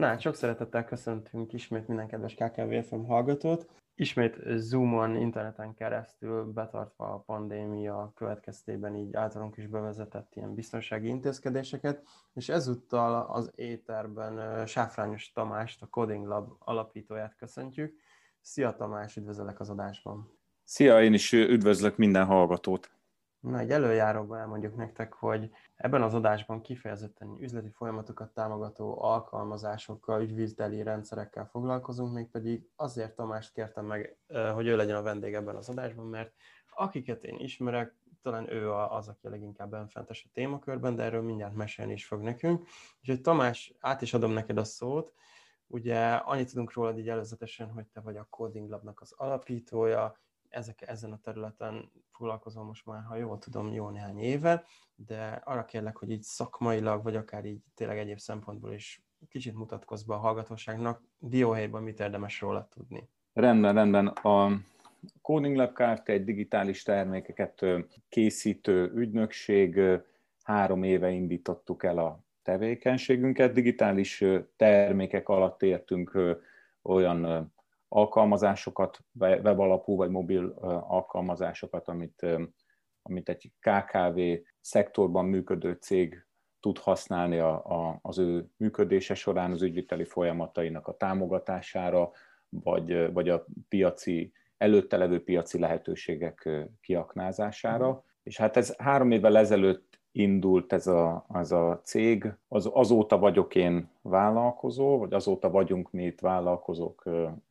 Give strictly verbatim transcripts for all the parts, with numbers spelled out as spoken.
Na, hát sok szeretettel köszöntünk ismét minden kedves ká ká vé ef em hallgatót. Ismét Zoomon, interneten keresztül betartva a pandémia következtében így általunk is bevezetett ilyen biztonsági intézkedéseket, és ezúttal az éterben Sáfrányos Tamást, a Coding Lab alapítóját köszöntjük. Szia Tamás, üdvözöllek az adásban! Szia, én is üdvözlök minden hallgatót! Na, egy előjáróban elmondjuk nektek, hogy ebben az adásban kifejezetten üzleti folyamatokat támogató alkalmazásokkal, ügyviteli rendszerekkel foglalkozunk, mégpedig azért Tamást kértem meg, hogy ő legyen a vendég ebben az adásban, mert akiket én ismerek, talán ő az, aki a leginkább benfentes a témakörben, de erről mindjárt mesélni is fog nekünk. Úgyhogy Tamás, át is adom neked a szót. Ugye annyit tudunk rólad így előzetesen, hogy te vagy a Coding Labnak az alapítója, Ezek, ezen a területen foglalkozom most már, ha jól tudom, jó néhány éve, de arra kérlek, hogy így szakmailag, vagy akár így tényleg egyéb szempontból is kicsit mutatkozz be a hallgatóságnak, dióhéjban mit érdemes róla tudni. Rendben, rendben. A Coding Lab Kft. Egy digitális termékeket készítő ügynökség. Három éve indítottuk el a tevékenységünket. Digitális termékek alatt értünk olyan alkalmazásokat, webalapú vagy mobil alkalmazásokat, amit, amit egy ká ká vé szektorban működő cég tud használni a, a, az ő működése során az ügyviteli folyamatainak a támogatására, vagy, vagy a piaci, előtte levő piaci lehetőségek kiaknázására. Mm. És hát ez három évvel ezelőtt indult ez a, ez a cég. Az, azóta vagyok én vállalkozó, vagy azóta vagyunk mi itt vállalkozók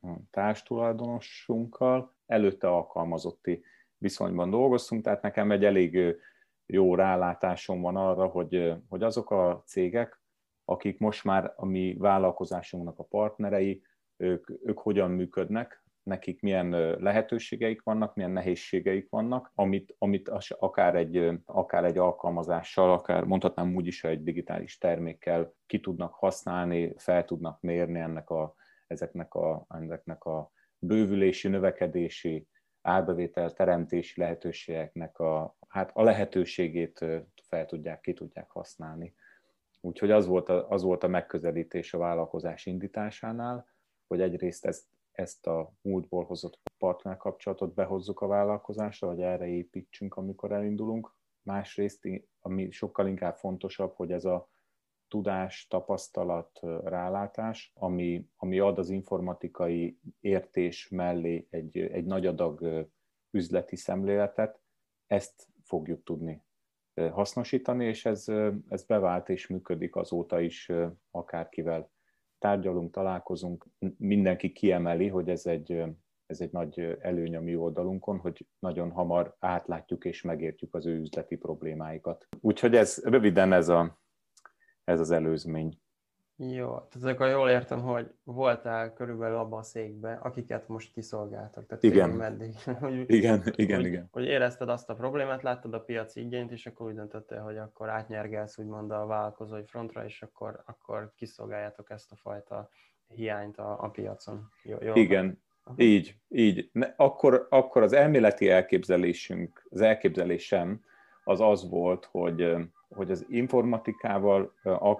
társtulajdonosunkkal. Előtte alkalmazotti viszonyban dolgoztunk, tehát nekem egy elég jó rálátásom van arra, hogy, hogy azok a cégek, akik most már a mi vállalkozásunknak a partnerei, ők, ők hogyan működnek, nekik milyen lehetőségeik vannak, milyen nehézségeik vannak, amit, amit akár egy, akár egy alkalmazással, akár mondhatnám úgy is, hogy egy digitális termékkel ki tudnak használni, fel tudnak mérni ennek a, ezeknek, a, ezeknek a bővülési, növekedési, árbevétel teremtési lehetőségeknek a, hát a lehetőségét fel tudják, ki tudják használni. Úgyhogy az volt a, az volt a megközelítés a vállalkozás indításánál, hogy egyrészt ezt ezt a múltból hozott partnerkapcsolatot behozzuk a vállalkozásra, vagy erre építsünk, amikor elindulunk. Másrészt, ami sokkal inkább fontosabb, hogy ez a tudás, tapasztalat, rálátás, ami, ami ad az informatikai értés mellé egy, egy nagy adag üzleti szemléletet, ezt fogjuk tudni hasznosítani, és ez, ez bevált és működik azóta is, akárkivel tárgyalunk, találkozunk, mindenki kiemeli, hogy ez egy, ez egy nagy előny a mi oldalunkon, hogy nagyon hamar átlátjuk és megértjük az ő üzleti problémáikat. Úgyhogy ez röviden ez, a, ez az előzmény. Jó, tehát akkor jól értem, hogy voltál körülbelül abban a székben, akiket most kiszolgáltak. Tehát igen. meddig. Hogy, igen, igen, hogy, igen. Hogy érezted azt a problémát, láttad a piaci igényt, és akkor úgy döntöttél, hogy akkor átnyergelsz úgymond a vállalkozói frontra, és akkor, akkor kiszolgáljátok ezt a fajta hiányt a, a piacon. Jó, jó igen, aha. így, így. Akkor, akkor az elméleti elképzelésünk, az elképzelésem az az volt, hogy hogy az informatikával,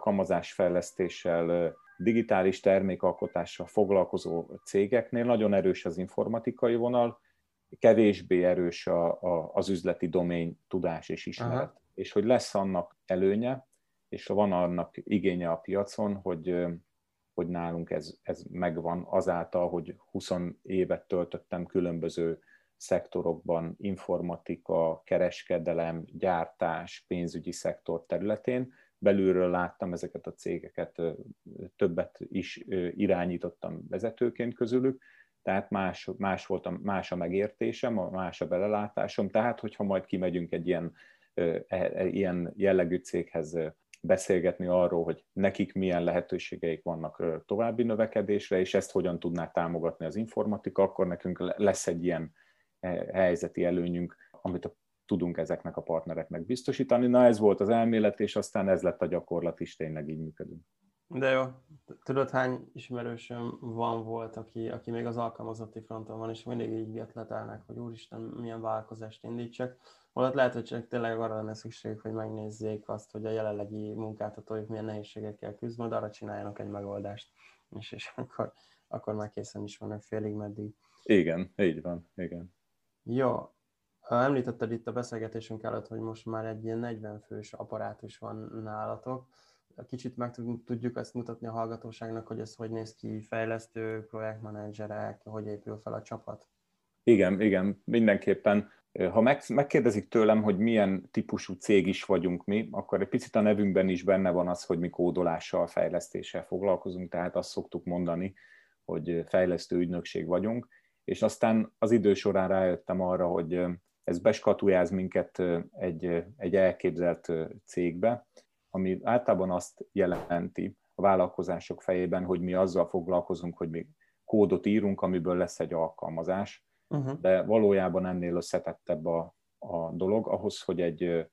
alkalmazásfejlesztéssel, digitális termékalkotással foglalkozó cégeknél nagyon erős az informatikai vonal, kevésbé erős a, a, az üzleti domény, tudás és ismeret. Aha. És hogy lesz annak előnye, és van annak igénye a piacon, hogy, hogy nálunk ez, ez megvan azáltal, hogy húsz évet töltöttem különböző szektorokban, informatika, kereskedelem, gyártás, pénzügyi szektor területén. Belülről láttam ezeket a cégeket, többet is irányítottam vezetőként közülük, tehát más, más, volt a, más a megértésem, más a belelátásom, tehát hogyha majd kimegyünk egy ilyen, ilyen jellegű céghez beszélgetni arról, hogy nekik milyen lehetőségeik vannak további növekedésre, és ezt hogyan tudná támogatni az informatika, akkor nekünk lesz egy ilyen helyzeti előnyünk, amit a, tudunk ezeknek a partnereknek biztosítani. Na ez volt az elmélet, és aztán ez lett a gyakorlat is, tényleg így működünk. De jó, Tudod, hány ismerősöm van, volt, aki, aki még az alkalmazotti fronton van, és mindig így ötletelnek, hogy úristen, milyen vállalkozást indítsak. Holott lehet, hogy csak tényleg arra lenne szükség, hogy megnézzék azt, hogy a jelenlegi munkáltatóik milyen nehézségekkel küzd, majd arra csináljanak egy megoldást, és, és akkor, akkor már készen is vannak félig meddig. Igen, így van, igen. Jó, említetted itt a beszélgetésünk előtt, hogy most már egy ilyen negyven fős apparátus van nálatok. Kicsit meg tudjuk ezt mutatni a hallgatóságnak, hogy ez hogy néz ki, fejlesztők, projektmenedzserek, hogy épül fel a csapat? Igen, igen, mindenképpen. Ha megkérdezik tőlem, hogy milyen típusú cég is vagyunk mi, akkor egy picit a nevünkben is benne van az, hogy mi kódolással, fejlesztéssel foglalkozunk, tehát azt szoktuk mondani, hogy fejlesztő ügynökség vagyunk, és aztán az idő során rájöttem arra, hogy ez beskatujáz minket egy, egy elképzelt cégbe, ami általában azt jelenti a vállalkozások fejében, hogy mi azzal foglalkozunk, hogy mi kódot írunk, amiből lesz egy alkalmazás, uh-huh. de valójában ennél összetettebb a, a dolog. Ahhoz, hogy egy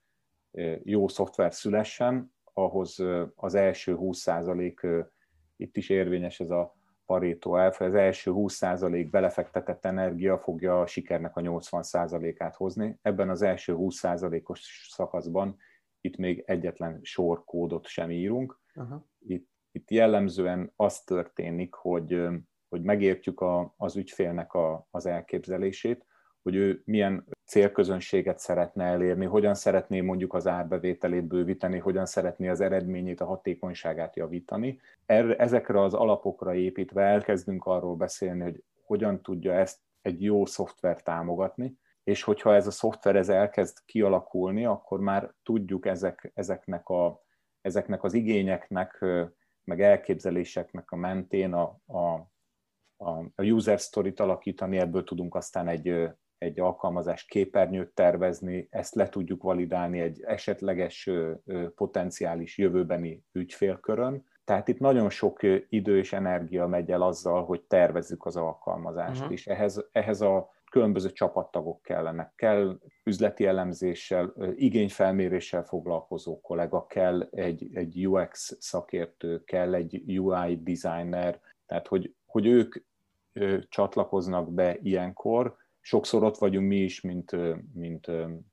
jó szoftver szülessen, ahhoz az első húsz százalék, itt is érvényes ez a Pareto elv, az első húsz százalék belefektetett energia fogja a sikernek a nyolcvan százalékát hozni. Ebben az első húsz százalékos szakaszban itt még egyetlen sor kódot sem írunk. Uh-huh. Itt, itt jellemzően az történik, hogy, hogy megértjük a, az ügyfélnek a, az elképzelését, hogy ő milyen célközönséget szeretne elérni, hogyan szeretné mondjuk az árbevételét bővíteni, hogyan szeretné az eredményét, a hatékonyságát javítani. Erre, ezekre az alapokra építve elkezdünk arról beszélni, hogy hogyan tudja ezt egy jó szoftver támogatni, és hogyha ez a szoftver ez elkezd kialakulni, akkor már tudjuk ezek, ezeknek, a, ezeknek az igényeknek, meg elképzeléseknek a mentén a, a, a user story-t alakítani, ebből tudunk aztán egy, egy alkalmazás képernyőt tervezni, ezt le tudjuk validálni egy esetleges potenciális jövőbeni ügyfélkörön. Tehát itt nagyon sok idő és energia megy el azzal, hogy tervezzük az alkalmazást, uh-huh. és ehhez, ehhez a különböző csapattagok kellenek. Kell üzleti elemzéssel, igényfelméréssel foglalkozó kollega, kell egy, egy u iksz szakértő, kell egy u i designer, tehát hogy, hogy ők csatlakoznak be ilyenkor. Sokszor ott vagyunk mi is, mint, mint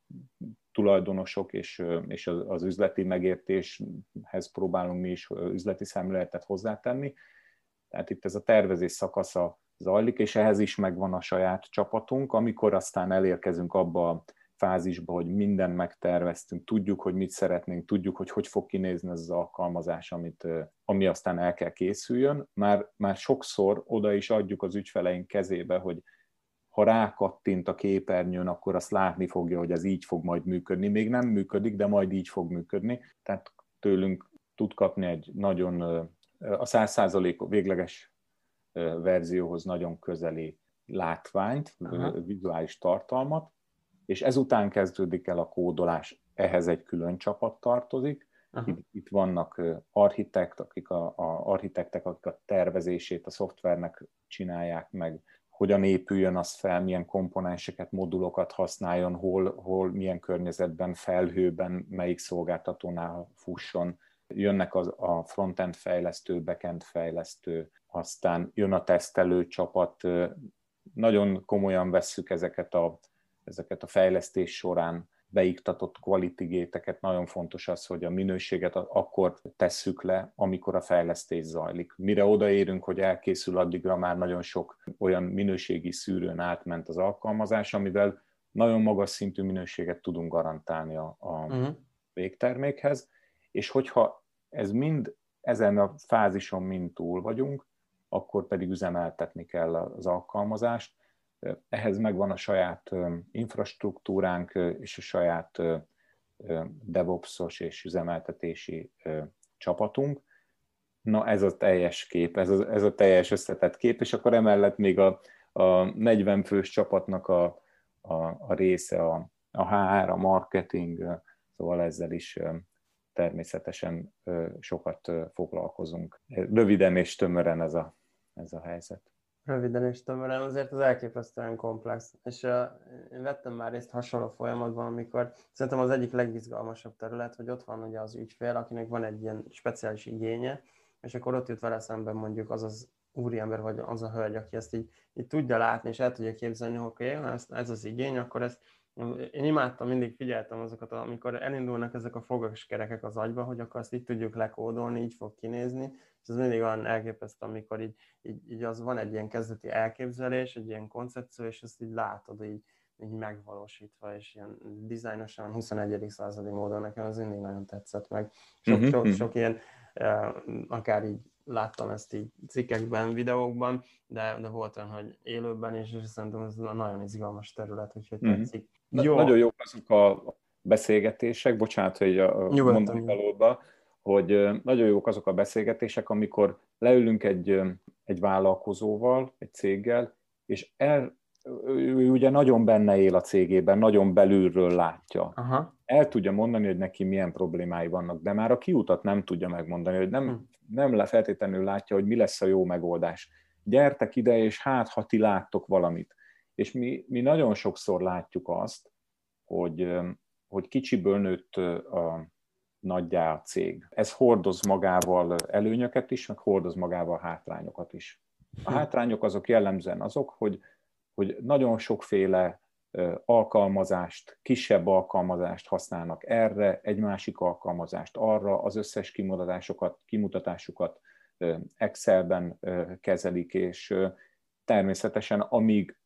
tulajdonosok, és, és az üzleti megértéshez próbálunk mi is üzleti szemléletet hozzátenni. Tehát itt ez a tervezés szakasza zajlik, és ehhez is megvan a saját csapatunk, amikor aztán elérkezünk abba a fázisba, hogy mindent megterveztünk, tudjuk, hogy mit szeretnénk, tudjuk, hogy hogy fog kinézni ez az alkalmazás, amit, ami aztán el kell készüljön. Már, már sokszor oda is adjuk az ügyfeleink kezébe, hogy ha rákattint a képernyőn, akkor azt látni fogja, hogy ez így fog majd működni. Még nem működik, de majd így fog működni. Tehát tőlünk tud kapni egy nagyon, a száz százalék végleges verzióhoz nagyon közeli látványt, aha. vizuális tartalmat, és ezután kezdődik el a kódolás, ehhez egy külön csapat tartozik. Itt, itt vannak architekt, akik a, a architektek, akik a tervezését a szoftvernek csinálják meg, hogyan épüljön az fel, milyen komponenseket, modulokat használjon, hol, hol milyen környezetben, felhőben, melyik szolgáltatónál fusson. Jönnek az, a frontend fejlesztő, backend fejlesztő, aztán jön a tesztelő csapat. Nagyon komolyan vesszük ezeket a, ezeket a fejlesztés során beiktatott quality gate-eket. Nagyon fontos az, hogy a minőséget akkor tesszük le, amikor a fejlesztés zajlik. Mire odaérünk, hogy elkészül, addigra már nagyon sok olyan minőségi szűrőn átment az alkalmazás, amivel nagyon magas szintű minőséget tudunk garantálni a, a uh-huh. végtermékhez. És hogyha ez mind ezen a fázison mind túl vagyunk, akkor pedig üzemeltetni kell az alkalmazást. Ehhez megvan a saját infrastruktúránk és a saját DevOps-os és üzemeltetési csapatunk. Na ez a teljes kép, ez a, ez a teljes összetett kép, és akkor emellett még a, a negyven fős csapatnak a, a, a része, a, a há er, a marketing, szóval ezzel is természetesen sokat foglalkozunk. Röviden és tömören ez a, ez a helyzet. Röviden és tömören, azért az elképesztően komplex. És uh, én vettem már részt hasonló folyamatban, amikor szerintem az egyik legizgalmasabb terület, hogy ott van ugye az ügyfél, akinek van egy ilyen speciális igénye, és akkor ott jut vele szemben mondjuk az az úriember, vagy az a hölgy, aki ezt így, így tudja látni, és el tudja képzelni, hogy oké, okay, ez, ez az igény, akkor ezt én imádtam, mindig figyeltem azokat, amikor elindulnak ezek a fogaskerekek az agyba, hogy akkor azt így tudjuk lekódolni, így fog kinézni, és ez mindig olyan elképesztő, amikor így, így, így az van egy ilyen kezdeti elképzelés, egy ilyen koncepció, és ezt így látod, így, így megvalósítva, és ilyen dizájnosan, huszonegyedik századi módon nekem az mindig nagyon tetszett meg. Sok, Uh-huh. sok, sok ilyen, akár így láttam ezt így cikkekben, videókban, de, de volt olyan, hogy élőben is, és szerintem ez nagyon izgalmas terület, úgyhogy uh-huh. tetszik. Na, Jó. Nagyon jók azok a beszélgetések, bocsánat, hogy a mondani valóban, hogy nagyon jók azok a beszélgetések, amikor leülünk egy, egy vállalkozóval, egy céggel, és el, ő ugye nagyon benne él a cégében, nagyon belülről látja. Aha. El tudja mondani, hogy neki milyen problémái vannak, de már a kiutat nem tudja megmondani, hogy nem, hm. nem feltétlenül látja, hogy mi lesz a jó megoldás. Gyertek ide, és hát, ha ti láttok valamit. És mi, mi nagyon sokszor látjuk azt, hogy, hogy kicsiből nőtt a nagyjá a cég. Ez hordoz magával előnyöket is, meg hordoz magával hátrányokat is. A hátrányok azok jellemzően azok, hogy, hogy nagyon sokféle alkalmazást, kisebb alkalmazást használnak erre, egy másik alkalmazást arra, az összes kimutatásokat, kimutatásukat Excelben kezelik, és természetesen amíg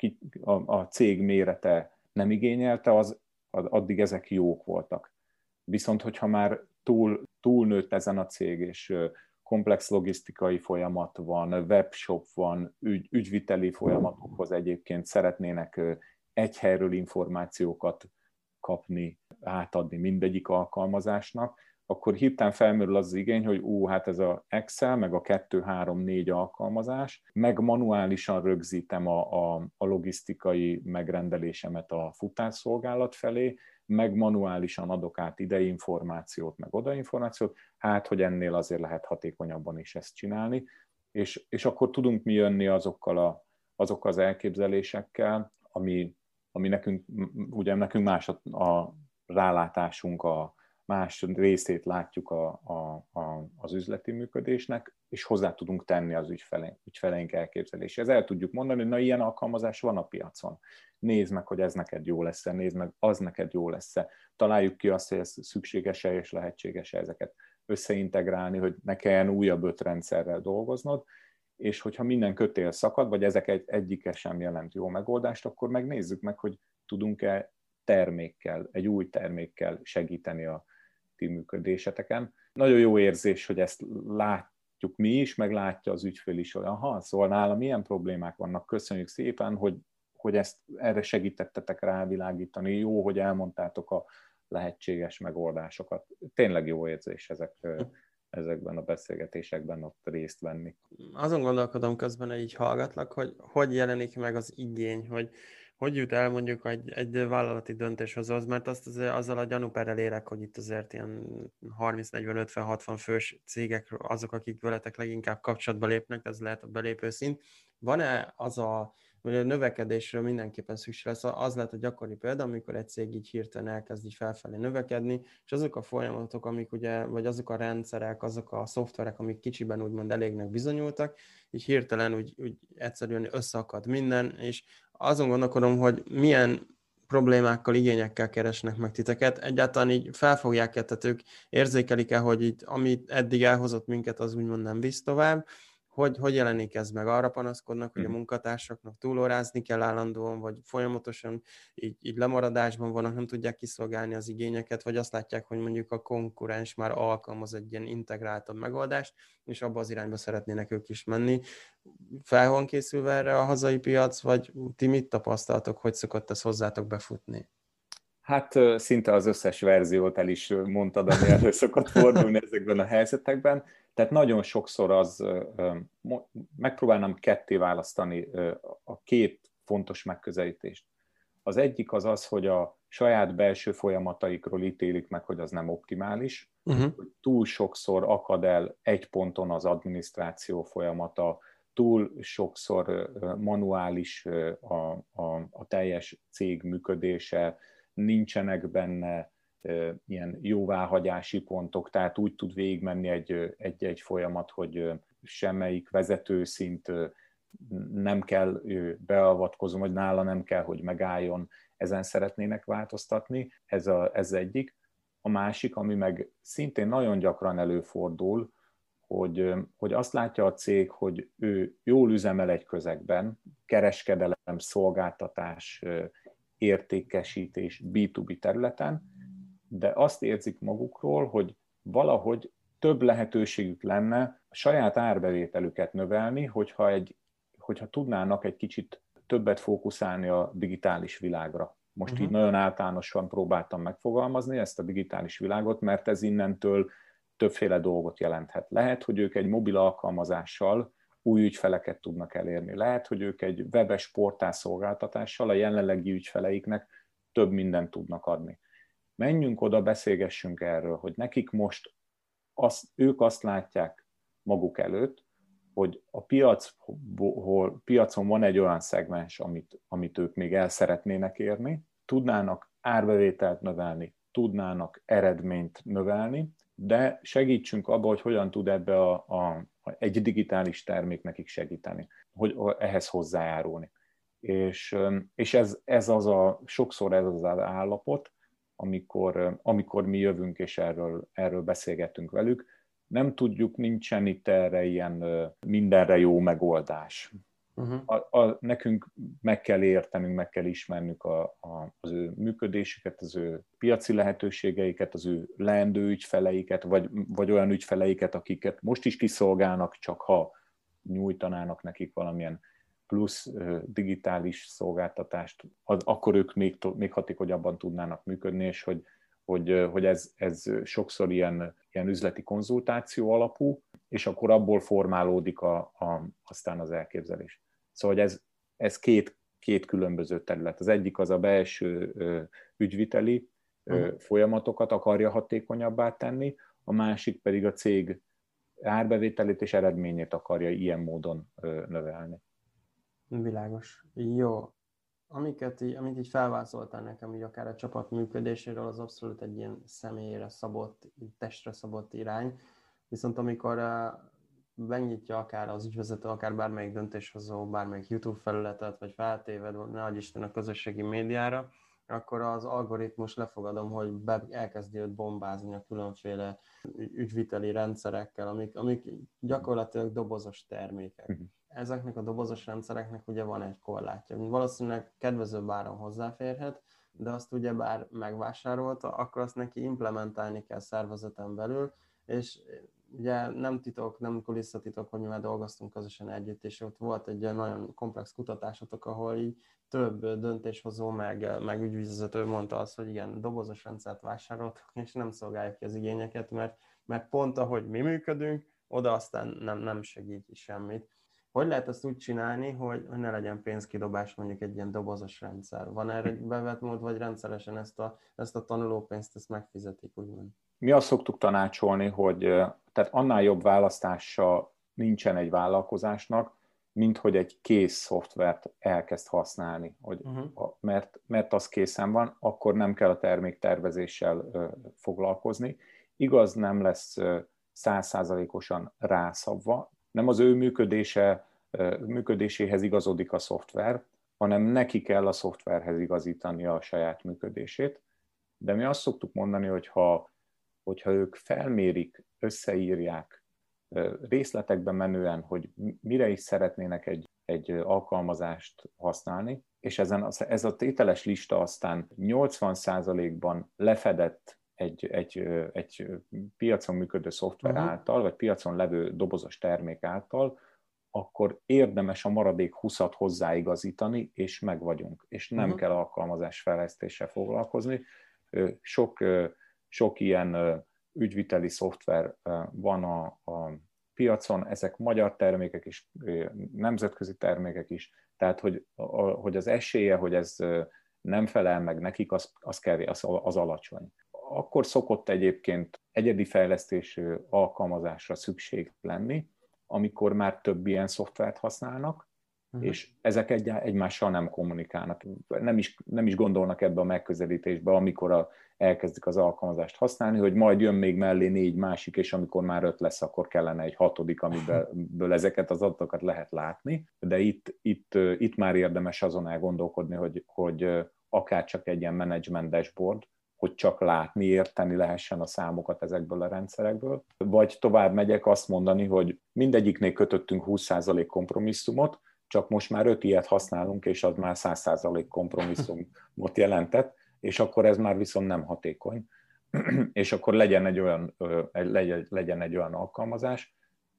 a cég mérete nem igényelte, az, addig ezek jók voltak. Viszont, hogyha már túl, túlnőtt ezen a cég, és komplex logisztikai folyamat van, webshop van, ügy, ügyviteli folyamatokhoz egyébként szeretnének egy helyről információkat kapni, átadni mindegyik alkalmazásnak, akkor hirtelen felmerül az, az igény, hogy ú, hát ez az Excel, meg a kettő, három, négy alkalmazás, meg manuálisan rögzítem a, a, a logisztikai megrendelésemet a futásszolgálat felé, meg manuálisan adok át ide információt, meg oda információt, hát, hogy ennél azért lehet hatékonyabban is ezt csinálni, és, és akkor tudunk mi jönni azokkal, a, azokkal az elképzelésekkel, ami, ami nekünk, ugye nekünk más a, a rálátásunk, a más részét látjuk a, a, a, az üzleti működésnek, és hozzá tudunk tenni az ügyfeleink, ügyfeleink elképzeléséhez. El tudjuk mondani, hogy na, ilyen alkalmazás van a piacon. Nézd meg, hogy ez neked jó lesz-e, nézd meg, az neked jó lesz-e. Találjuk ki azt, hogy ez szükséges-e és lehetséges-e ezeket összeintegrálni, hogy ne kelljen újabb öt rendszerrel dolgoznod, és hogyha minden kötél szakad, vagy ezek egy, egyike sem jelent jó megoldást, akkor megnézzük meg, hogy tudunk-e termékkel, egy új termékkel segíteni a ti működéseteken. Nagyon jó érzés, hogy ezt látjuk mi is, meg látja az ügyfél is, hogy aha, szóval nálam milyen problémák vannak, köszönjük szépen, hogy, hogy ezt erre segítettetek rávilágítani, jó, hogy elmondtátok a lehetséges megoldásokat. Tényleg jó érzés ezek, ezekben a beszélgetésekben ott részt venni. Azon gondolkodom közben, hogy így hallgatlak, hogy hogy jelenik meg az igény, hogy hogy jut el mondjuk egy, egy vállalati döntéshozóhoz, mert azt azért, azzal a gyanúperrel élek, hogy itt azért ilyen harminc, negyven, ötven, hatvan fős cégek, azok, akik veletek leginkább kapcsolatba lépnek, ez lehet a belépő szint. Van-e az a, hogy a növekedésről mindenképpen szükség lesz, az lehet a gyakori példa, amikor egy cég így hirtelen elkezd így felfelé növekedni, és azok a folyamatok, amik ugye, vagy azok a rendszerek, azok a szoftverek, amik kicsiben úgymond elégnek bizonyultak, így hirtelen úgy, úgy egyszerűen összeakad minden, és azon gondolkodom, hogy milyen problémákkal, igényekkel keresnek meg titeket. Egyáltalán így felfogják-e, tehát ők érzékelik-e, hogy itt, amit eddig elhozott minket, az úgymond nem visz tovább. Hogy, hogy jelenik ez meg? Arra panaszkodnak, hogy a munkatársaknak túlórázni kell állandóan, vagy folyamatosan így, így lemaradásban vannak, nem tudják kiszolgálni az igényeket, vagy azt látják, hogy mondjuk a konkurens már alkalmaz egy ilyen integráltabb megoldást, és abba az irányba szeretnének ők is menni. Fel van készülve erre a hazai piac, vagy ti mit tapasztaltok, hogy szokott ez hozzátok befutni? Hát szinte az összes verziót el is mondtad, ami elő szokott fordulni ezekben a helyzetekben. Tehát nagyon sokszor az, megpróbálnám ketté választani a két fontos megközelítést. Az egyik az az, hogy a saját belső folyamataikról ítélik meg, hogy az nem optimális, uh-huh. hogy túl sokszor akad el egy ponton az adminisztráció folyamata, túl sokszor manuális a, a, a teljes cég működése, nincsenek benne ilyen jóváhagyási pontok, tehát úgy tud végigmenni egy-egy folyamat, hogy semmelyik vezetőszint nem kell beavatkozom, vagy nála nem kell, hogy megálljon, ezen szeretnének változtatni, ez, a, ez egyik. A másik, ami meg szintén nagyon gyakran előfordul, hogy, hogy azt látja a cég, hogy ő jól üzemel egy közegben, kereskedelem, szolgáltatás, értékesítés bé kettő bé területen, de azt érzik magukról, hogy valahogy több lehetőségük lenne a saját árbevételüket növelni, hogyha, egy, hogyha tudnának egy kicsit többet fókuszálni a digitális világra. Most uh-huh. így nagyon általánosan próbáltam megfogalmazni ezt a digitális világot, mert ez innentől többféle dolgot jelenthet. Lehet, hogy ők egy mobil alkalmazással új ügyfeleket tudnak elérni. Lehet, hogy ők egy webes portálszolgáltatással a jelenlegi ügyfeleiknek több mindent tudnak adni. Menjünk oda, beszélgessünk erről, hogy nekik most azt, ők azt látják maguk előtt, hogy a piac, hol, piacon van egy olyan szegmens, amit, amit ők még el szeretnének érni, tudnának árbevételt növelni, tudnának eredményt növelni, de segítsünk abba, hogy hogyan tud ebbe a, a, egy digitális termék nekik segíteni, hogy ehhez hozzájárulni. És, és ez, ez az a, sokszor ez az állapot, amikor, amikor mi jövünk és erről, erről beszélgetünk velük, nem tudjuk, nincsen itt erre ilyen mindenre jó megoldás. Uh-huh. A, a, nekünk meg kell értenünk, meg kell ismernünk a, a, az ő működésüket, az ő piaci lehetőségeiket, az ő leendő ügyfeleiket, vagy, vagy olyan ügyfeleiket, akiket most is kiszolgálnak, csak ha nyújtanának nekik valamilyen plusz digitális szolgáltatást, az, akkor ők még, még hatékonyabban tudnának működni, és hogy, hogy, hogy ez, ez sokszor ilyen, ilyen üzleti konzultáció alapú, és akkor abból formálódik a, a, aztán az elképzelés. Szóval ez, ez két, két különböző terület. Az egyik az a belső ö, ügyviteli ö, folyamatokat akarja hatékonyabbá tenni, a másik pedig a cég árbevételét és eredményét akarja ilyen módon ö, növelni. Világos. Jó. Amiket így, amit így felvázoltál nekem, így akár a csapat működéséről, az abszolút egy ilyen személyre szabott, testre szabott irány. Viszont amikor uh, megnyitja akár az ügyvezető, akár bármelyik döntéshozó, bármelyik YouTube felületet, vagy feltéved, ne adj Isten a közösségi médiára, akkor az algoritmus lefogadom, hogy be, elkezdi őt bombázni a különféle ügyviteli rendszerekkel, amik, amik gyakorlatilag dobozos termékek. Uh-huh. Ezeknek a dobozos rendszereknek ugye van egy korlátja. Valószínűleg kedvezőbb áron hozzáférhet, de azt ugye bár megvásárolta, akkor azt neki implementálni kell szervezeten belül, és ugye nem titok, nem kulisszatitok, hogy mi már dolgoztunk közösen együtt, és ott volt egy nagyon komplex kutatásotok, ahol így több döntéshozó, meg, meg ügyvezető mondta azt, hogy igen, dobozos rendszert vásároltak, és nem szolgálják ki az igényeket, mert, mert pont ahogy mi működünk, oda aztán nem, nem segít semmit. Hogy lehet ezt úgy csinálni, hogy ne legyen pénzkidobás mondjuk egy ilyen dobozos rendszer? Van erre egy bevett mód, vagy rendszeresen ezt a, ezt a tanulópénzt ezt megfizetik, úgymond? Mi azt szoktuk tanácsolni, hogy tehát annál jobb választása nincsen egy vállalkozásnak, mint hogy egy kész szoftvert elkezd használni. Hogy, uh-huh. mert, mert az készen van, akkor nem kell a terméktervezéssel foglalkozni. Igaz, nem lesz száz százalékosan rászabva, nem az ő működése, működéséhez igazodik a szoftver, hanem neki kell a szoftverhez igazítani a saját működését. De mi azt szoktuk mondani, hogy ha, hogyha ők felmérik, összeírják részletekben menően, hogy mire is szeretnének egy, egy alkalmazást használni, és ezen, ez a tételes lista aztán nyolcvan százalékban lefedett Egy, egy, egy piacon működő szoftver által, vagy piacon levő dobozos termék által, akkor érdemes a maradék húszat hozzáigazítani, és meg vagyunk. És nem uh-huh. kell alkalmazás fejlesztéssel foglalkozni. Sok, sok ilyen ügyviteli szoftver van a, a piacon, ezek magyar termékek is, nemzetközi termékek is, tehát hogy, hogy az esélye, hogy ez nem felel meg nekik, az, az, kevés, az, az alacsony. Akkor szokott egyébként egyedi fejlesztésű alkalmazásra szükség lenni, amikor már több ilyen szoftvert használnak, uh-huh. és ezek egy, egymással nem kommunikálnak, nem is, nem is gondolnak ebbe a megközelítésbe, amikor a, elkezdik az alkalmazást használni, hogy majd jön még mellé négy másik, és amikor már öt lesz, akkor kellene egy hatodik, amiből ezeket az adatokat lehet látni, de itt, itt, itt már érdemes azon elgondolkodni, hogy, hogy akár csak egy ilyen management dashboard, hogy csak látni, érteni lehessen a számokat ezekből a rendszerekből. Vagy tovább megyek azt mondani, hogy mindegyiknél kötöttünk húsz százalék kompromisszumot, csak most már öt ilyet használunk, és az már száz százalék kompromisszumot jelentett, és akkor ez már viszont nem hatékony. És akkor legyen egy olyan, legyen egy olyan alkalmazás,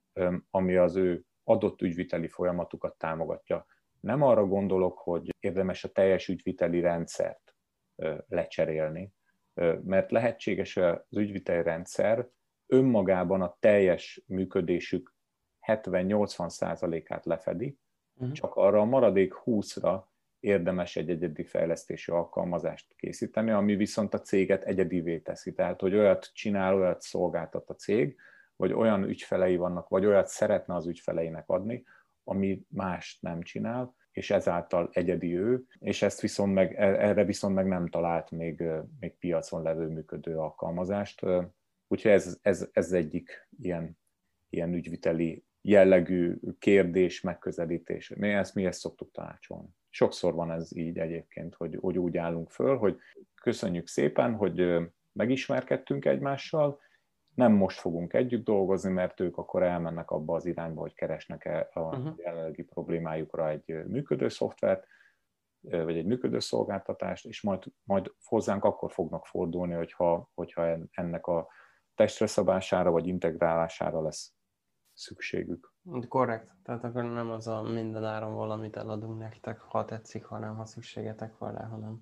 ami az ő adott ügyviteli folyamatukat támogatja. Nem arra gondolok, hogy érdemes a teljes ügyviteli rendszert lecserélni, mert lehetséges az ügyviteli rendszer önmagában a teljes működésük hetven-nyolcvan százalékát lefedi, uh-huh. csak arra a maradék húszra érdemes egy egyedi fejlesztési alkalmazást készíteni, ami viszont a céget egyedivé teszi. Tehát, hogy olyat csinál, olyat szolgáltat a cég, vagy olyan ügyfelei vannak, vagy olyat szeretne az ügyfeleinek adni, ami mást nem csinál, és ezáltal egyedi ő, és ezt viszont meg, erre viszont meg nem talált még, még piacon levő működő alkalmazást. Úgyhogy ez, ez, ez egyik ilyen, ilyen ügyviteli jellegű kérdés, megközelítés. Mi ezt, mi ezt szoktuk tanácsolni. Sokszor van ez így egyébként, hogy, hogy úgy állunk föl, hogy köszönjük szépen, hogy megismerkedtünk egymással, nem most fogunk együtt dolgozni, mert ők akkor elmennek abba az irányba, hogy keresnek a uh-huh. jelenlegi problémájukra egy működő szoftvert, vagy egy működő szolgáltatást, és majd, majd hozzánk akkor fognak fordulni, hogyha, hogyha ennek a testre szabására vagy integrálására lesz szükségük. Korrekt. Tehát akkor nem az a mindenáron valamit eladunk nektek, ha tetszik, hanem ha szükségetek van rá, hanem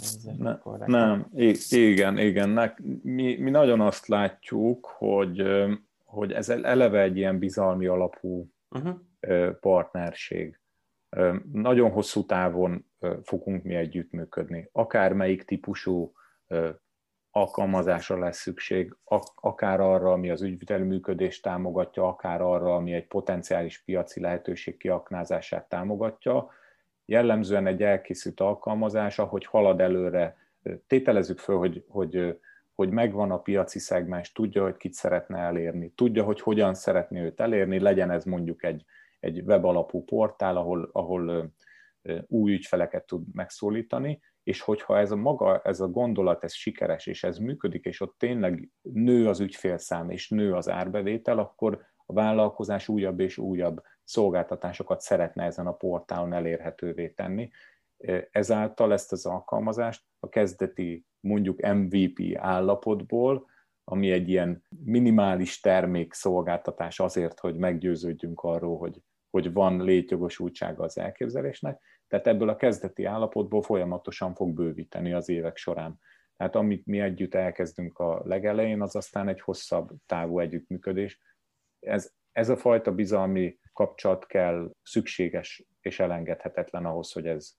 ne, nem, igen, igen. Mi, mi nagyon azt látjuk, hogy, hogy ez eleve egy ilyen bizalmi alapú uh-huh. partnerség. Nagyon hosszú távon fogunk mi együttműködni. Akármelyik típusú alkalmazásra lesz szükség, akár arra, ami az ügyviteli működést támogatja, akár arra, ami egy potenciális piaci lehetőség kiaknázását támogatja. Jellemzően egy elkészült alkalmaz, ahogy halad előre, tételezzük föl, hogy, hogy, hogy megvan a piaci szegmens, tudja, hogy kit szeretne elérni, tudja, hogy hogyan szeretné őt elérni, legyen ez mondjuk egy, egy webalapú portál, ahol, ahol új ügyfeleket tud megszólítani, és hogyha ez a maga, ez a gondolat, ez sikeres, és ez működik, és ott tényleg nő az ügyfélszám, és nő az árbevétel, akkor a vállalkozás újabb és újabb szolgáltatásokat szeretne ezen a portálon elérhetővé tenni. Ezáltal ezt az alkalmazást a kezdeti mondjuk em vé pé állapotból, ami egy ilyen minimális termékszolgáltatás azért, hogy meggyőződjünk arról, hogy, hogy van létjogosultsága az elképzelésnek, tehát ebből a kezdeti állapotból folyamatosan fog bővíteni az évek során. Tehát amit mi együtt elkezdünk a legelején, az aztán egy hosszabb távú együttműködés. Ez, ez a fajta bizalmi kapcsolat kell, szükséges és elengedhetetlen ahhoz, hogy ez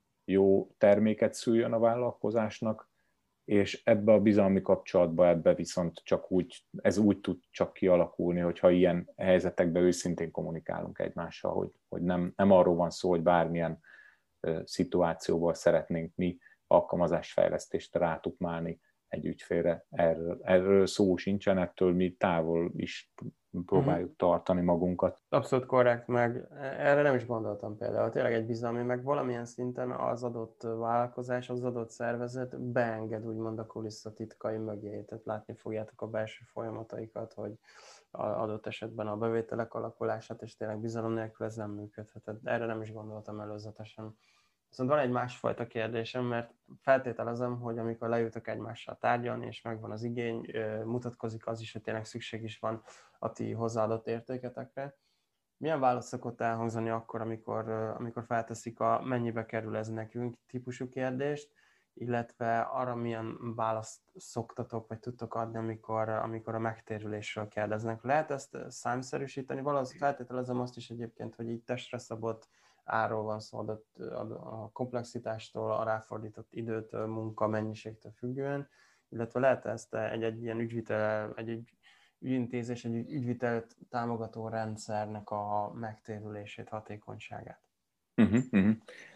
jó terméket szüljön a vállalkozásnak, és ebbe a bizalmi kapcsolatba ebbe viszont csak úgy, ez úgy tud csak kialakulni, hogyha ilyen helyzetekben őszintén kommunikálunk egymással, hogy, hogy nem, nem arról van szó, hogy bármilyen uh, szituációval szeretnénk mi alkalmazásfejlesztést rátukmálni egy ügyfélre. Erről, erről szó sincsen, ettől mi távol is próbáljuk mm. tartani magunkat. Abszolút korrekt, meg erre nem is gondoltam például. Tényleg egy bizalmi, meg valamilyen szinten az adott vállalkozás, az adott szervezet beenged úgymond a kulisszatitkai mögé. Tehát látni fogjátok a belső folyamataikat, hogy adott esetben a bevételek alakulását, és tényleg bizalom nélkül ez nem működhet. Erre nem is gondoltam előzetesen. Viszont van egy másfajta kérdésem, mert feltételezem, hogy amikor leültök egymással tárgyalni, és megvan az igény, mutatkozik az is, hogy tényleg szükség is van a ti hozzáadott értéketekre. Milyen válasz szokott elhangzani akkor, amikor, amikor felteszik a mennyibe kerül ez nekünk típusú kérdést, illetve arra milyen választ szoktatok, vagy tudtok adni, amikor, amikor a megtérülésről kérdeznek. Lehet ezt számszerűsíteni? Valószínűleg feltételezem azt is egyébként, hogy így testre szabott árról van szó, adott a komplexitástól, a ráfordított időtől, munka mennyiségtől függően, illetve lehet ezt egy, egy ilyen ügyvitel, egy, egy ügyintézés, egy ügyvitelt támogató rendszernek a megtérülését, hatékonyságát. Uh-huh, uh-huh.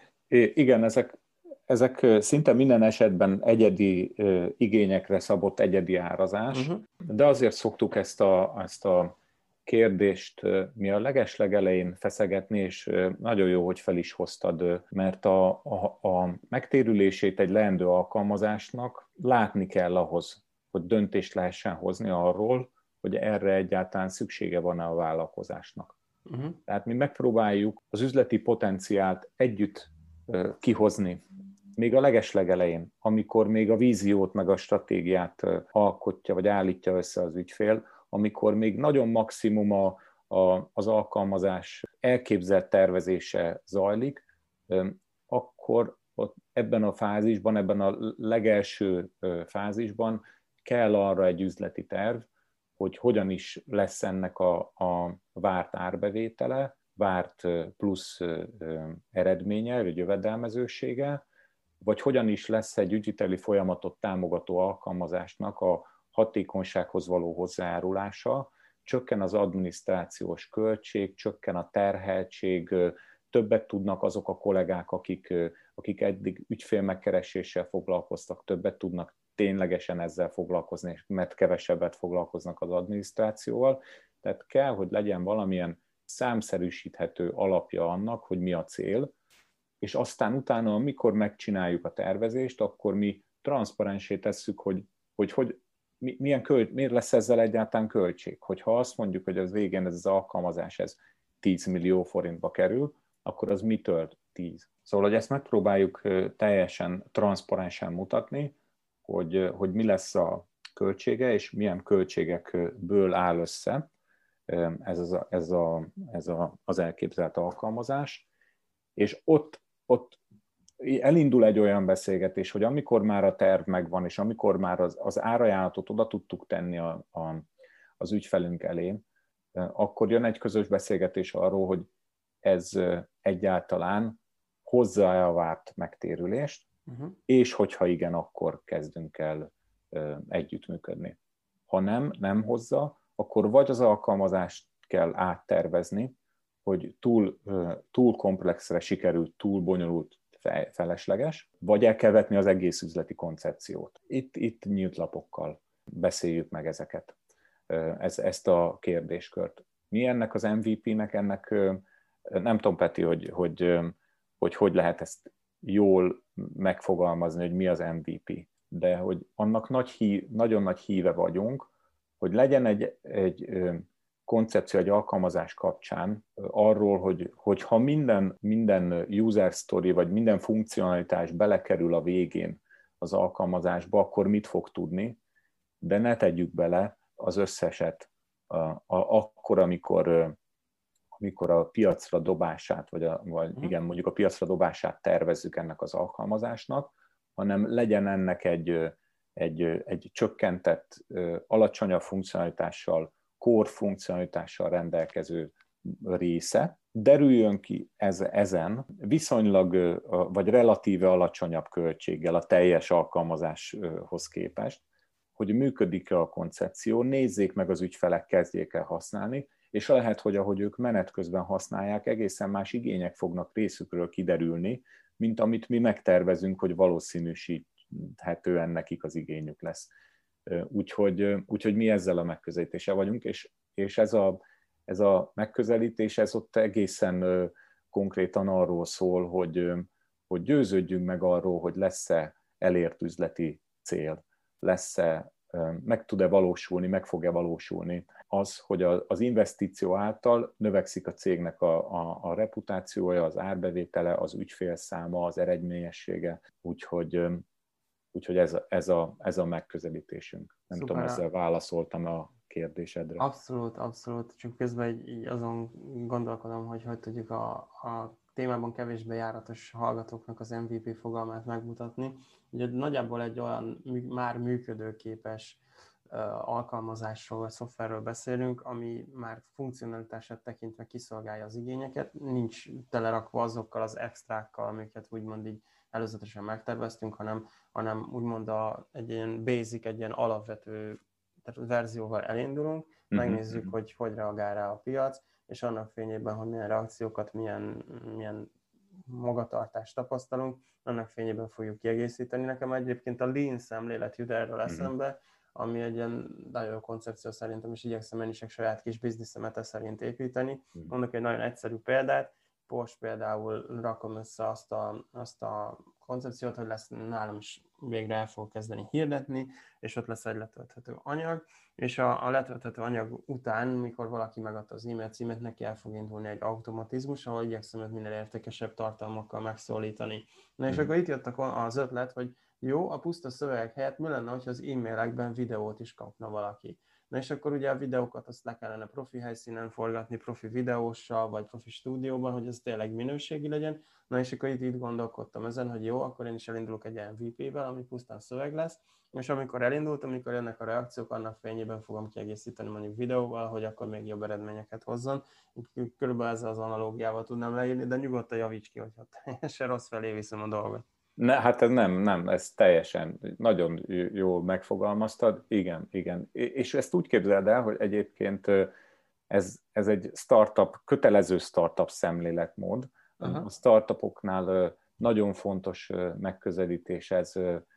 I, igen, ezek, ezek szinte minden esetben egyedi uh, igényekre szabott egyedi árazás, Uh-huh. de azért szoktuk ezt a, ezt a kérdést uh, mi a legeslegelején feszegetni, és uh, nagyon jó, hogy fel is hoztad, uh, mert a, a, a megtérülését egy leendő alkalmazásnak látni kell ahhoz, hogy döntést lehessen hozni arról, hogy erre egyáltalán szüksége van-e a vállalkozásnak. Uh-huh. Tehát mi megpróbáljuk az üzleti potenciált együtt uh, kihozni, még a legeslegelején, amikor még a víziót meg a stratégiát uh, alkotja, vagy állítja össze az ügyfél, amikor még nagyon maximum a, a, az alkalmazás elképzelt tervezése zajlik, um, akkor ott ebben a fázisban, ebben a legelső uh, fázisban kell arra egy üzleti terv, hogy hogyan is lesz ennek a, a várt árbevétele, várt plusz eredménye, vagy jövedelmezősége, vagy hogyan is lesz egy ügyviteli folyamatot támogató alkalmazásnak a hatékonysághoz való hozzájárulása, csökken az adminisztrációs költség, csökken a terheltség, többet tudnak azok a kollégák, akik, akik eddig ügyfélmegkereséssel foglalkoztak, többet tudnak ténylegesen ezzel foglalkozni, mert kevesebbet foglalkoznak az adminisztrációval. Tehát kell, hogy legyen valamilyen számszerűsíthető alapja annak, hogy mi a cél, és aztán utána, amikor megcsináljuk a tervezést, akkor mi transzparensé tesszük, hogy, hogy, hogy milyen költ, miért lesz ezzel egyáltalán költség. Hogyha azt mondjuk, hogy az végén ez az alkalmazás ez tíz millió forintba kerül, akkor az mitől tíz? Szóval, hogy ezt megpróbáljuk teljesen transzparensen mutatni, hogy, hogy mi lesz a költsége, és milyen költségekből áll össze ez, az, ez, a, ez a, az elképzelt alkalmazás. És ott, ott elindul egy olyan beszélgetés, hogy amikor már a terv megvan, és amikor már az, az árajánlatot oda tudtuk tenni a, a, az ügyfelünk elé, akkor jön egy közös beszélgetés arról, hogy ez egyáltalán hozza-e a várt megtérülést, uh-huh. és hogyha igen, akkor kezdünk el együttműködni. Ha nem, nem hozza, akkor vagy az alkalmazást kell áttervezni, hogy túl, túl komplexre sikerült, túl bonyolult, felesleges, vagy el kell vetni az egész üzleti koncepciót. Itt, itt nyílt lapokkal beszéljük meg ezeket, ez, ezt a kérdéskört. Mi ennek az em vé pé-nek, ennek nem tudom, Peti, hogy hogy, hogy hogy lehet ezt jól megfogalmazni, hogy mi az em vé pé, de hogy annak nagy hí, nagyon nagy híve vagyunk, hogy legyen egy, egy koncepció, egy alkalmazás kapcsán arról, hogy, hogy ha minden, minden user story, vagy minden funkcionalitás belekerül a végén az alkalmazásba, akkor mit fog tudni, de ne tegyük bele az összeset a, a, akkor, amikor, amikor a piacra dobását, vagy, a, vagy igen, mondjuk a piacra dobását tervezzük ennek az alkalmazásnak, hanem legyen ennek egy, egy, egy csökkentett, alacsonyabb funkcionalitással, core funkcionalitással rendelkező része, derüljön ki ez, ezen viszonylag vagy relatíve alacsonyabb költséggel a teljes alkalmazáshoz képest, hogy működik-e a koncepció, nézzék meg az ügyfelek, kezdjék el használni, és lehet, hogy ahogy ők menet közben használják, egészen más igények fognak részükről kiderülni, mint amit mi megtervezünk, hogy valószínűsíthetően nekik az igényük lesz. Úgyhogy, úgyhogy mi ezzel a megközelítéssel vagyunk, és, és ez, a, ez a megközelítés, ez ott egészen konkrétan arról szól, hogy, hogy győződjünk meg arról, hogy lesz-e elért üzleti cél, lesz-e, meg tud-e valósulni, meg fog-e valósulni az, hogy az investíció által növekszik a cégnek a, a, a reputációja, az árbevétele, az ügyfélszáma, az eredményessége, úgyhogy Úgyhogy ez, ez, a, ez a megközelítésünk. Nem Szuper. Tudom, ezzel válaszoltam a kérdésedre. Abszolút, abszolút. Csak közben így, így azon gondolkodom, hogy hogy tudjuk a, a témában kevésbé járatos hallgatóknak az em vé pé fogalmát megmutatni. Ugye nagyjából egy olyan már működőképes uh, alkalmazásról vagy szoftverről beszélünk, ami már funkcionalitását tekintve kiszolgálja az igényeket, nincs telerakva azokkal az extrákkal, amiket úgymond így előzetesen megterveztünk, hanem, hanem úgymond a, egy ilyen basic, egy ilyen alapvető tehát verzióval elindulunk, uh-huh. megnézzük, hogy hogy reagál rá a piac, és annak fényében, hogy milyen reakciókat, milyen, milyen magatartást tapasztalunk, annak fényében fogjuk kiegészíteni. Nekem egyébként a lean szemlélet jut erről eszembe, ami egy ilyen nagyon jó koncepció szerintem, és igyekszem én is egy saját kis bizniszemet e szerint építeni. Mondok egy nagyon egyszerű példát, Porsche például rakom össze azt a, azt a koncepciót, hogy lesz nálam is végre el fog kezdeni hirdetni, és ott lesz egy letölthető anyag, és a, a letölthető anyag után, mikor valaki megadta az e-mail címet, neki el fog indulni egy automatizmus, ahol igyekszem őt minél értékesebb tartalmakkal megszólítani. Na és mm. akkor itt jött az ötlet, hogy jó, a puszta szövegek helyett mi lenne, hogyha az e-mailekben videót is kapna valaki. Na és akkor ugye a videókat azt le kellene profi helyszínen forgatni, profi videóssal, vagy profi stúdióban, hogy ez tényleg minőségi legyen. Na és akkor itt, itt gondolkodtam ezen, hogy jó, akkor én is elindulok egy em vé pé-vel, ami pusztán szöveg lesz, és amikor elindultam, amikor jönnek a reakciók, annak fényében fogom kiegészíteni mondjuk videóval, hogy akkor még jobb eredményeket hozzon. Körülbelül ezzel az analógiával tudnám leírni, de nyugodtan javíts ki, hogyha teljesen rossz felé viszem a dolgot. Ne, hát ez nem, nem, ez teljesen, nagyon jól megfogalmaztad, igen, igen. És ezt úgy képzeld el, hogy egyébként ez, ez egy startup, kötelező startup szemléletmód. Aha. A startupoknál nagyon fontos megközelítés ez.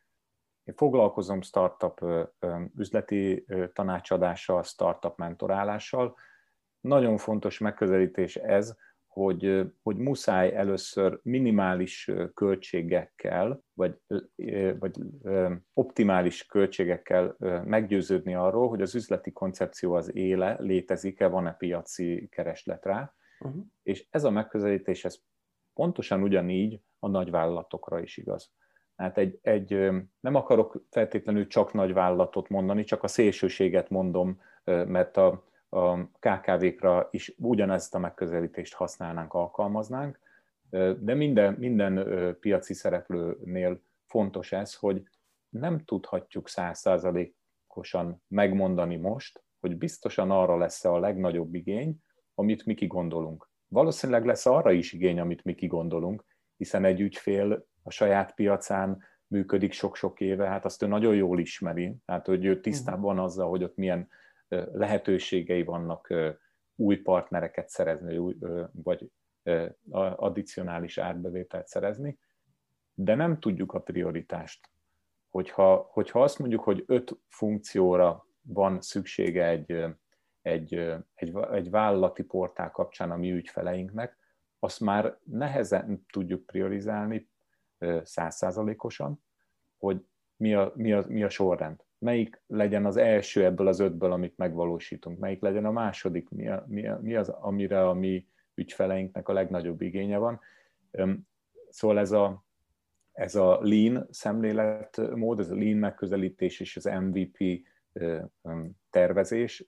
Én foglalkozom startup üzleti tanácsadással, startup mentorálással. Nagyon fontos megközelítés ez, Hogy, hogy muszáj először minimális költségekkel, vagy, vagy optimális költségekkel meggyőződni arról, hogy az üzleti koncepció az éle, létezik-e, van-e piaci kereslet rá. Uh-huh. És ez a megközelítés, ez pontosan ugyanígy a nagyvállalatokra is igaz. Hát egy, egy, nem akarok feltétlenül csak nagyvállalatot mondani, csak a szélsőséget mondom, mert a a ká ká vé-kra is ugyanezt a megközelítést használnánk, alkalmaznánk, de minden, minden piaci szereplőnél fontos ez, hogy nem tudhatjuk száz százalékosan megmondani most, hogy biztosan arra lesz a legnagyobb igény, amit mi kigondolunk. Valószínűleg lesz arra is igény, amit mi kigondolunk, hiszen egy ügyfél a saját piacán működik sok-sok éve, hát azt ő nagyon jól ismeri, hát hogy ő tisztában azzal, hogy ott milyen lehetőségei vannak új partnereket szerezni, vagy addicionális árbevételt szerezni, de nem tudjuk a prioritást. Hogyha, hogyha azt mondjuk, hogy öt funkcióra van szüksége egy, egy, egy, egy vállalati portál kapcsán a mi ügyfeleinknek, azt már nehezen tudjuk priorizálni száz százalékosan, hogy mi a, mi, a, mi a sorrend. Melyik legyen az első ebből az ötből, amit megvalósítunk, melyik legyen a második, mi, a, mi, a, mi az, amire a mi ügyfeleinknek a legnagyobb igénye van. Szóval ez a, ez a lean szemléletmód, ez a lean megközelítés és az em vé pé tervezés,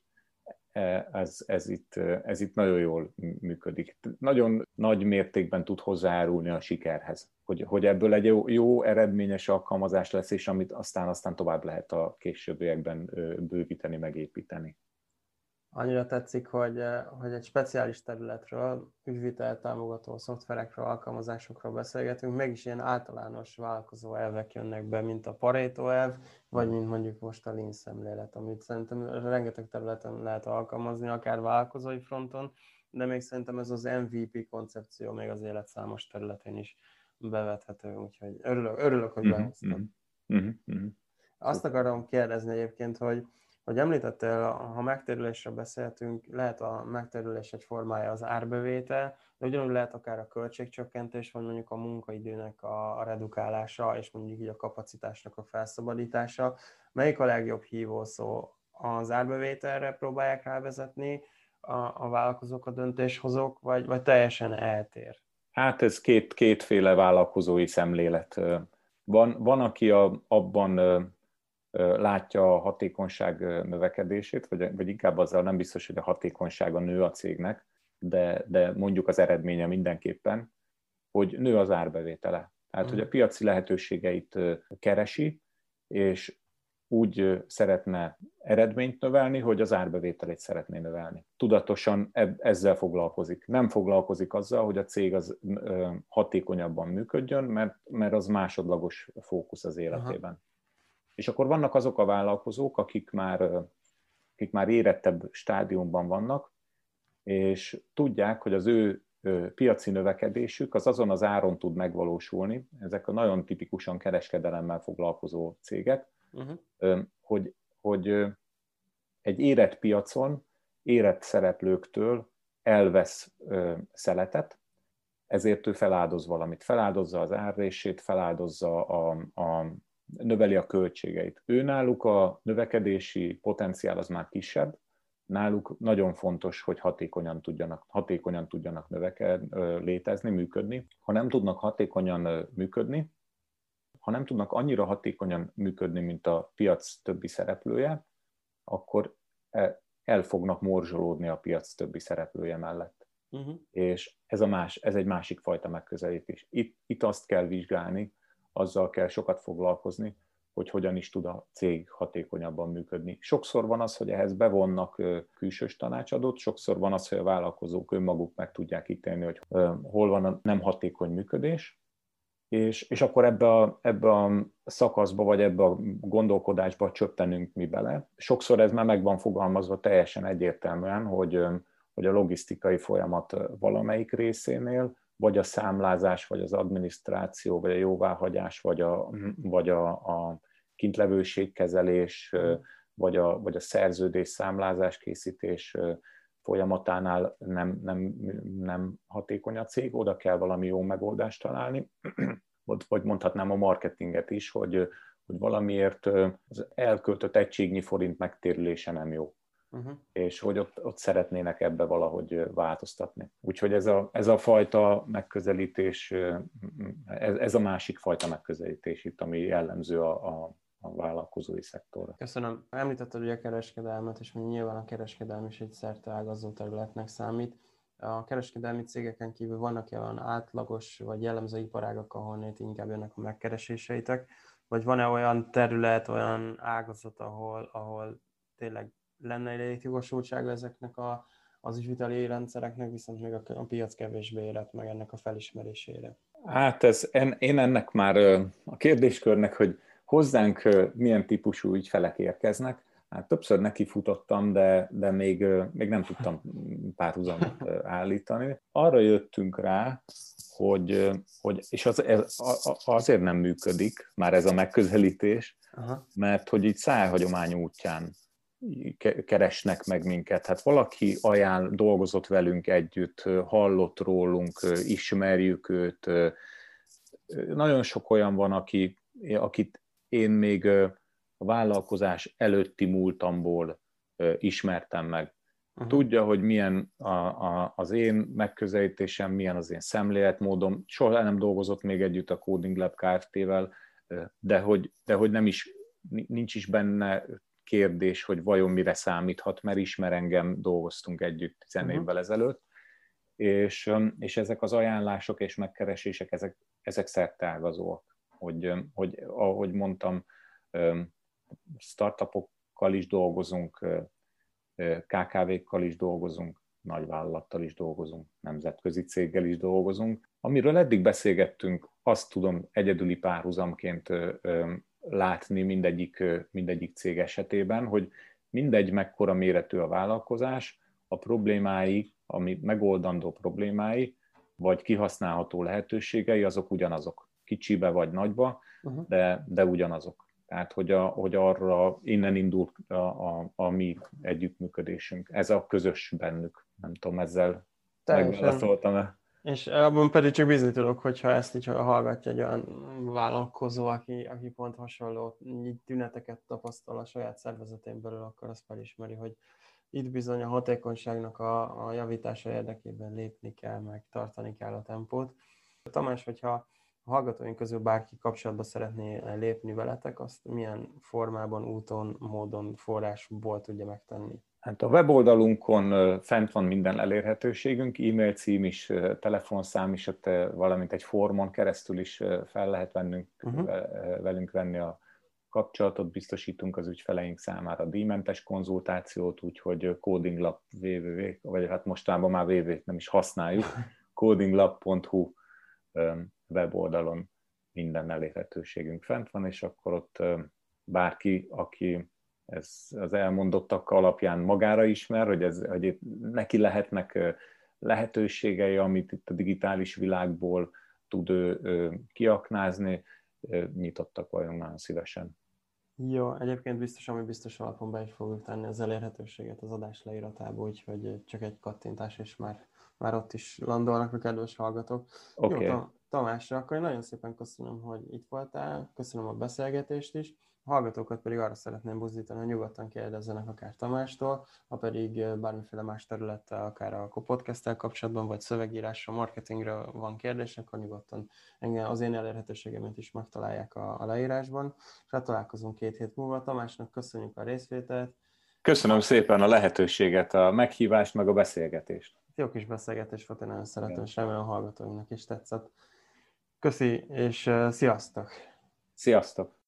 ez, ez, itt, ez itt nagyon jól működik. Nagyon nagy mértékben tud hozzájárulni a sikerhez, hogy, hogy ebből egy jó, jó eredményes alkalmazás lesz, és amit aztán, aztán tovább lehet a későbbiekben bővíteni, megépíteni. Annyira tetszik, hogy, hogy egy speciális területről, ügyvitel támogató szoftverekről, alkalmazásokról beszélgetünk, mégis ilyen általános vállalkozó elvek jönnek be, mint a Pareto elv, vagy mint mondjuk most a Lean szemlélet, amit szerintem rengeteg területen lehet alkalmazni, akár vállalkozói fronton, de még szerintem ez az em vé pé koncepció még az élet számos területén is bevethető, úgyhogy örülök, örülök hogy behoztad. Mm-hmm. Mm-hmm. Azt akarom kérdezni egyébként, hogy hogy említettél, ha megtérülésről beszéltünk, lehet a megtérülés egy formája az árbevétel, de ugyanúgy lehet akár a költségcsökkentés, vagy mondjuk a munkaidőnek a, a redukálása, és mondjuk így a kapacitásnak a felszabadítása. Melyik a legjobb hívószó? Az árbevételre próbálják rávezetni a, a vállalkozók, a döntéshozók, vagy, vagy teljesen eltér? Hát ez két, kétféle vállalkozói szemlélet. Van, van aki a, abban látja a hatékonyság növekedését, vagy, vagy inkább azzal nem biztos, hogy a hatékonysága nő a cégnek, de, de mondjuk az eredménye mindenképpen, hogy nő az árbevétele. Tehát, hogy a piaci lehetőségeit keresi, és úgy szeretne eredményt növelni, hogy az árbevételét szeretné növelni. Tudatosan ezzel foglalkozik. Nem foglalkozik azzal, hogy a cég az hatékonyabban működjön, mert, mert az másodlagos fókusz az életében. Aha. És akkor vannak azok a vállalkozók, akik már, akik már érettebb stádiumban vannak, és tudják, hogy az ő piaci növekedésük az azon az áron tud megvalósulni, ezek a nagyon tipikusan kereskedelemmel foglalkozó cégek, uh-huh. hogy, hogy egy érett piacon, érett szereplőktől elvesz szeletet, ezért ő feláldoz valamit. Feláldozza az árrését, feláldozza a, a növeli a költségeit. Ő náluk a növekedési potenciál az már kisebb, náluk nagyon fontos, hogy hatékonyan tudjanak, hatékonyan tudjanak növeked, létezni, működni. Ha nem tudnak hatékonyan működni, ha nem tudnak annyira hatékonyan működni, mint a piac többi szereplője, akkor el fognak morzsolódni a piac többi szereplője mellett. Uh-huh. És ez, a más, ez egy másik fajta megközelítés. Itt, itt azt kell vizsgálni, azzal kell sokat foglalkozni, hogy hogyan is tud a cég hatékonyabban működni. Sokszor van az, hogy ehhez bevonnak külsős tanácsadót, sokszor van az, hogy a vállalkozók önmaguk meg tudják ítélni, hogy hol van a nem hatékony működés, és, és akkor ebbe a, ebbe a szakaszba, vagy ebbe a gondolkodásba csöppenünk mi bele. Sokszor ez már meg van fogalmazva teljesen egyértelműen, hogy, hogy a logisztikai folyamat valamelyik részénél, vagy a számlázás, vagy az adminisztráció, vagy a jóváhagyás, vagy a, vagy a, a kintlevőségkezelés, vagy a, vagy a szerződés, számlázás készítés folyamatánál nem, nem, nem hatékony a cég, oda kell valami jó megoldást találni. Vagy mondhatnám a marketinget is, hogy, hogy valamiért az elköltött egységnyi forint megtérülése nem jó. Uh-huh. És hogy ott, ott szeretnének ebbe valahogy változtatni. Úgyhogy ez a, ez a fajta megközelítés, ez, ez a másik fajta megközelítés itt, ami jellemző a, a, a vállalkozói szektorra. Köszönöm. Említetted ugye a kereskedelmet, és még nyilván a kereskedelm is egy szerteágazó területnek számít. A kereskedelmi cégeken kívül vannak olyan átlagos vagy jellemző iparágak, ahol inkább jönnek a megkereséseitek, vagy van-e olyan terület, olyan ágazat, ahol, ahol tényleg lenne egy létjogosultsága ezeknek a, az ügyviteli rendszereknek, viszont még a, a piac kevésbé érett meg ennek a felismerésére? Hát ez, en, én ennek már a kérdéskörnek, hogy hozzánk milyen típusú ügyfelek érkeznek, hát többször nekifutottam, de, de még, még nem tudtam párhuzamot állítani. Arra jöttünk rá, hogy, hogy és az, ez, azért nem működik már ez a megközelítés, aha, mert hogy így szájhagyomány útján keresnek meg minket. Hát valaki ajánl, dolgozott velünk együtt, hallott rólunk, ismerjük őt. Nagyon sok olyan van, aki, akit én még a vállalkozás előtti múltamból ismertem meg. Uh-huh. Tudja, hogy milyen a, a, az én megközelítésem, milyen az én szemléletmódom. Soha nem dolgozott még együtt a Coding Lab Kft-vel, de hogy, de hogy nem is, nincs is benne kérdés, hogy vajon mire számíthat, mert ismer engem, dolgoztunk együtt tizen uh-huh. évvel ezelőtt, és, és ezek az ajánlások és megkeresések, ezek, ezek szerteágazóak. Hogy, hogy, ahogy mondtam, startupokkal is dolgozunk, ká ká vékkal is dolgozunk, nagyvállalattal is dolgozunk, nemzetközi céggel is dolgozunk. Amiről eddig beszélgettünk, azt tudom egyedüli párhuzamként látni mindegyik, mindegyik cég esetében, hogy mindegy mekkora méretű a vállalkozás, a problémái, ami megoldandó problémái, vagy kihasználható lehetőségei, azok ugyanazok. Kicsibe vagy nagyba, uh-huh. de, de ugyanazok. Tehát, hogy, a, hogy arra innen indult a, a, a mi együttműködésünk. Ez a közös bennük. Nem tudom, ezzel megválaszoltam-e. És abban pedig csak bízni tudok, hogyha ezt így hallgatja egy olyan vállalkozó, aki, aki pont hasonló tüneteket tapasztal a saját szervezetén belül, akkor azt felismeri, hogy itt bizony a hatékonyságnak a, a javítása érdekében lépni kell, meg tartani kell a tempót. Tamás, hogyha a hallgatóink közül bárki kapcsolatba szeretné lépni veletek, azt milyen formában, úton, módon, forrásból tudja megtenni? Hát a weboldalunkon fent van minden elérhetőségünk, e-mail cím is, telefonszám is, valamint egy formon keresztül is fel lehet vennünk, uh-huh. velünk venni a kapcsolatot, biztosítunk az ügyfeleink számára díjmentes konzultációt, úgyhogy Coding Lab www, vagy hát mostában már www nem is használjuk, coding lab pont hu weboldalon minden elérhetőségünk fent van, és akkor ott bárki, aki ez az elmondottak alapján magára ismer, hogy, ez, hogy neki lehetnek lehetőségei, amit itt a digitális világból tud ő kiaknázni, nyitottak vagyunk nagyon szívesen. Jó, egyébként biztos, ami biztos alapon be is fogjuk tenni az elérhetőséget az adás leíratába, úgyhogy csak egy kattintás, és már, már ott is landolnak a kedves hallgatók. Okay. Jó, Tamásra, akkor én nagyon szépen köszönöm, hogy itt voltál, köszönöm a beszélgetést is. A hallgatókat pedig arra szeretném buzdítani, hogy nyugodtan kérdezzenek akár Tamástól, ha pedig bármiféle más területtel, akár a Kopodcast-tel kapcsolatban, vagy szövegírásra, marketingről van kérdés, akkor nyugodtan engem az én elérhetőségemet is megtalálják a, a leírásban. És hát találkozunk két hét múlva. Tamásnak köszönjük a részvételt. Köszönöm szépen a lehetőséget, a meghívást, meg a beszélgetést. Jó kis beszélgetés volt, én nagyon szeretem, és remélem a hallgatóinknak is tetszett. Köszi, és uh, sziasztok! Sziasztok!